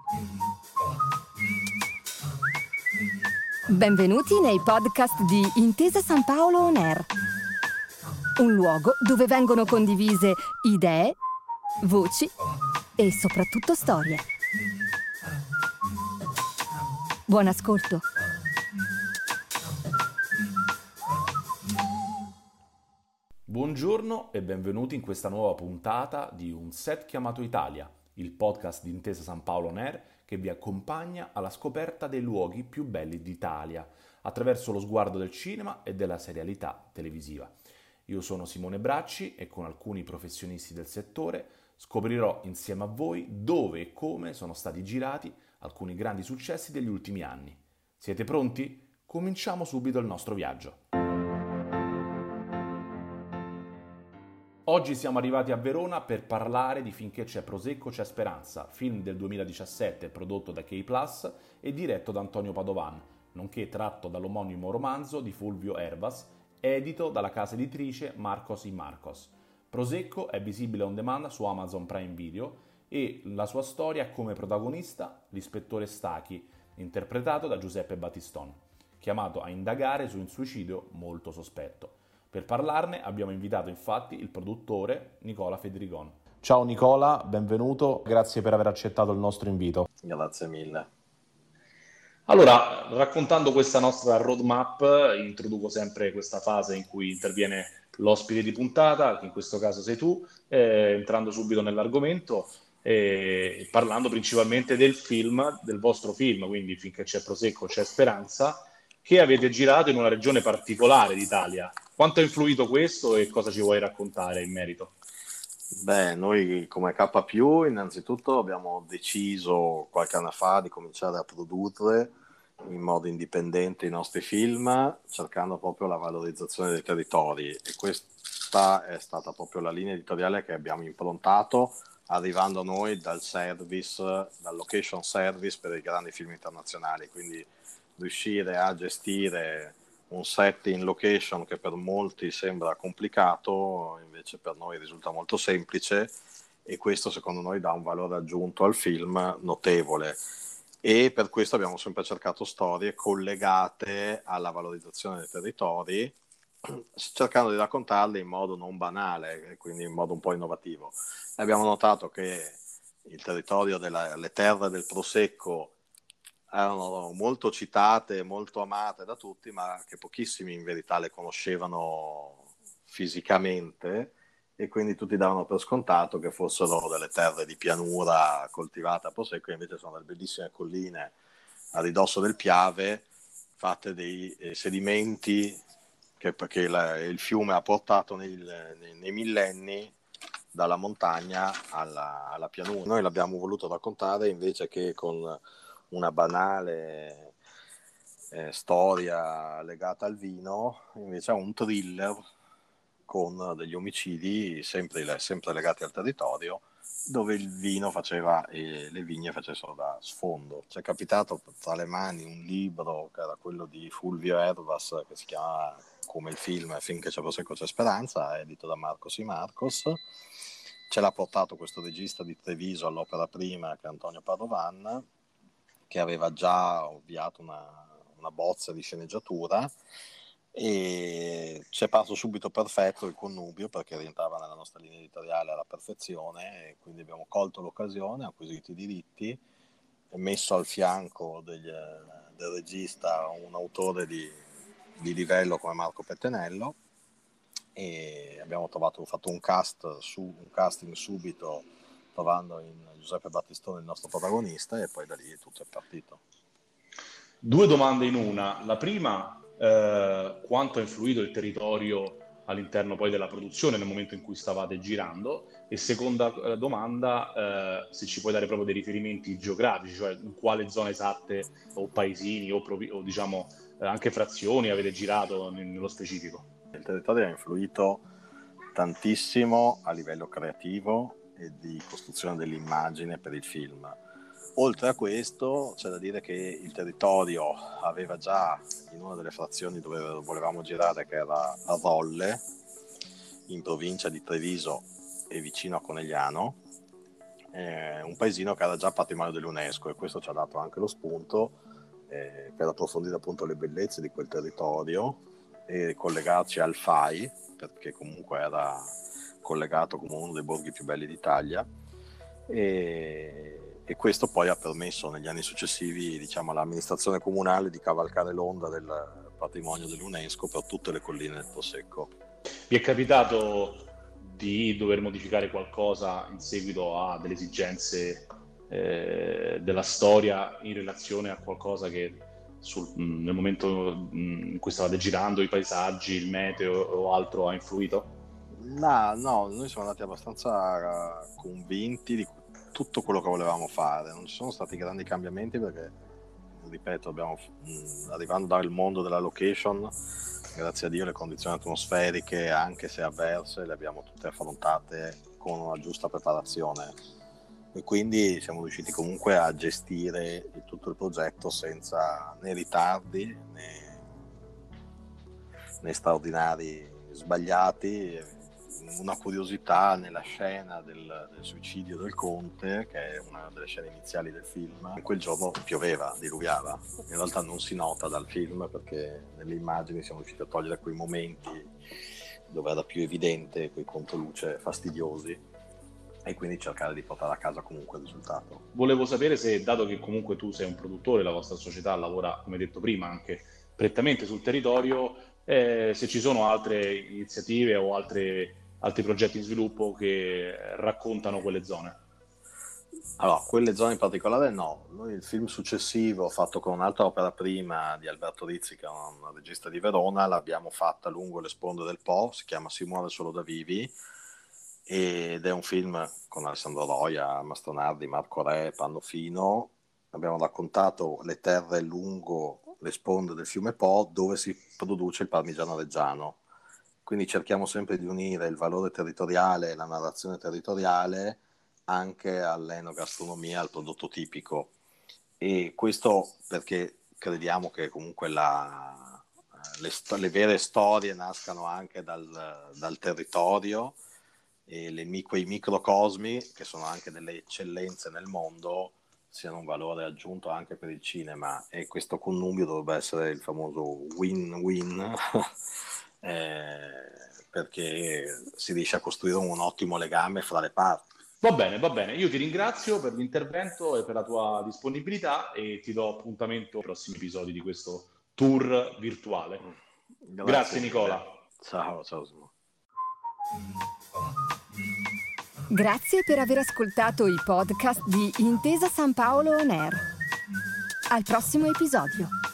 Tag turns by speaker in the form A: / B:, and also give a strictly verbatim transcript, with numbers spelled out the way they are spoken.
A: Benvenuti nei podcast di Intesa San Paolo On Air, un luogo dove vengono condivise idee, voci e soprattutto storie. Buon ascolto.
B: Buongiorno e benvenuti in questa nuova puntata di Un Set Chiamato Italia, il podcast di Intesa San Paolo On Air che vi accompagna alla scoperta dei luoghi più belli d'Italia, attraverso lo sguardo del cinema e della serialità televisiva. Io sono Simone Bracci e con alcuni professionisti del settore scoprirò insieme a voi dove e come sono stati girati alcuni grandi successi degli ultimi anni. Siete pronti? Cominciamo subito il nostro viaggio. Oggi siamo arrivati a Verona per parlare di Finché c'è Prosecco c'è Speranza, film del duemiladiciassette prodotto da K Plus e diretto da Antonio Padovan, nonché tratto dall'omonimo romanzo di Fulvio Ervas, edito dalla casa editrice Marcos y Marcos. Prosecco è visibile on demand su Amazon Prime Video e la sua storia ha come protagonista l'ispettore Stachi, interpretato da Giuseppe Battiston, chiamato a indagare su un suicidio molto sospetto. Per parlarne abbiamo invitato infatti il produttore Nicola Federigon. Ciao Nicola, benvenuto, grazie per aver accettato il nostro invito.
C: Grazie mille.
B: Allora, raccontando questa nostra roadmap, introduco sempre questa fase in cui interviene l'ospite di puntata, che in questo caso sei tu, eh, entrando subito nell'argomento e parlando principalmente del film, del vostro film, quindi Finché c'è Prosecco c'è Speranza, che avete girato in una regione particolare d'Italia. Quanto ha influito questo e cosa ci vuoi raccontare in merito?
C: Beh, noi come K più innanzitutto abbiamo deciso qualche anno fa di cominciare a produrre in modo indipendente i nostri film, cercando proprio la valorizzazione dei territori, e questa è stata proprio la linea editoriale che abbiamo improntato, arrivando noi dal service, dal location service per i grandi film internazionali, quindi riuscire a gestire un set in location che per molti sembra complicato, invece per noi risulta molto semplice, e questo secondo noi dà un valore aggiunto al film notevole, e per questo abbiamo sempre cercato storie collegate alla valorizzazione dei territori, cercando di raccontarle in modo non banale, quindi in modo un po' innovativo. E abbiamo notato che il territorio della, le terre del Prosecco erano molto citate, molto amate da tutti, ma che pochissimi in verità le conoscevano fisicamente, e quindi tutti davano per scontato che fossero delle terre di pianura coltivate a Prosecco, invece sono delle bellissime colline a ridosso del Piave, fatte dei eh, sedimenti che, che la, il fiume ha portato nei, nei, nei millenni dalla montagna alla, alla pianura. Noi l'abbiamo voluto raccontare invece che con una banale eh, storia legata al vino, invece è un thriller con degli omicidi sempre, sempre legati al territorio, dove il vino faceva e le vigne facessero da sfondo. Ci è capitato tra le mani un libro che era quello di Fulvio Ervas, che si chiama come il film Finché c'è Prosecco c'è Speranza, edito da Marcos y Marcos. Ce l'ha portato questo regista di Treviso all'opera prima, che è Antonio Padovan, che aveva già avviato una, una bozza di sceneggiatura, e ci è parso subito perfetto il connubio, perché rientrava nella nostra linea editoriale alla perfezione, e quindi abbiamo colto l'occasione, acquisito i diritti e messo al fianco degli, del regista un autore di, di livello come Marco Pettenello, e abbiamo trovato, fatto un cast su, un casting subito, trovando in Giuseppe Battistone il nostro protagonista, e poi da lì tutto è partito.
B: Due domande in una. La prima, eh, quanto ha influito il territorio all'interno poi della produzione nel momento in cui stavate girando? E seconda eh, domanda, eh, se ci puoi dare proprio dei riferimenti geografici, cioè in quale zone esatte o paesini o, provi- o diciamo eh, anche frazioni avete girato nello specifico?
C: Il territorio ha influito tantissimo a livello creativo e di costruzione dell'immagine per il film. Oltre a questo c'è da dire che il territorio aveva già, in una delle frazioni dove volevamo girare, che era a Rolle, in provincia di Treviso e vicino a Conegliano, eh, un paesino che era già patrimonio dell'UNESCO, e questo ci ha dato anche lo spunto eh, per approfondire appunto le bellezze di quel territorio e collegarci al F A I, perché comunque era collegato come uno dei borghi più belli d'Italia, e, e questo poi ha permesso negli anni successivi, diciamo, all'amministrazione comunale di cavalcare l'onda del patrimonio dell'UNESCO per tutte le colline del Prosecco.
B: Vi è capitato di dover modificare qualcosa in seguito a delle esigenze eh, della storia in relazione a qualcosa che sul, nel momento in cui stavate girando, i paesaggi, il meteo o altro ha influito?
C: No, no, noi siamo andati abbastanza convinti di tutto quello che volevamo fare, non ci sono stati grandi cambiamenti perché, ripeto, abbiamo, mh, arrivando dal mondo della location, grazie a Dio le condizioni atmosferiche, anche se avverse, le abbiamo tutte affrontate con una giusta preparazione, e quindi siamo riusciti comunque a gestire tutto il progetto senza né ritardi né, né straordinari sbagliati. Una curiosità nella scena del, del suicidio del conte, che è una delle scene iniziali del film, quel giorno pioveva, diluviava. In realtà non si nota dal film perché nelle immagini siamo riusciti a togliere quei momenti dove era più evidente, quei controluce fastidiosi, e quindi cercare di portare a casa comunque il risultato.
B: Volevo sapere se, dato che comunque tu sei un produttore, la vostra società lavora, come detto prima, anche prettamente sul territorio, eh, se ci sono altre iniziative o altre altri progetti in sviluppo che raccontano quelle zone.
C: Allora, quelle zone in particolare no. Noi il film successivo, fatto con un'altra opera prima di Alberto Rizzi, che è un regista di Verona, l'abbiamo fatta lungo le sponde del Po, si chiama Si muore solo da vivi, ed è un film con Alessandro Roia, Mastronardi, Marco Re, Pannofino. Abbiamo raccontato le terre lungo le sponde del fiume Po dove si produce il parmigiano reggiano. Quindi cerchiamo sempre di unire il valore territoriale e la narrazione territoriale anche all'enogastronomia, al prodotto tipico. E questo perché crediamo che comunque la, le, le vere storie nascano anche dal, dal territorio, e le, quei microcosmi, che sono anche delle eccellenze nel mondo, siano un valore aggiunto anche per il cinema. E questo connubio dovrebbe essere il famoso win-win. Eh, perché si riesce a costruire un ottimo legame fra le parti.
B: Va bene, va bene. Io ti ringrazio per l'intervento e per la tua disponibilità e ti do appuntamento ai prossimi episodi di questo tour virtuale. Grazie, Grazie Nicola.
C: Ciao, ciao.
A: Grazie per aver ascoltato i podcast di Intesa San Paolo On Air. Al prossimo episodio.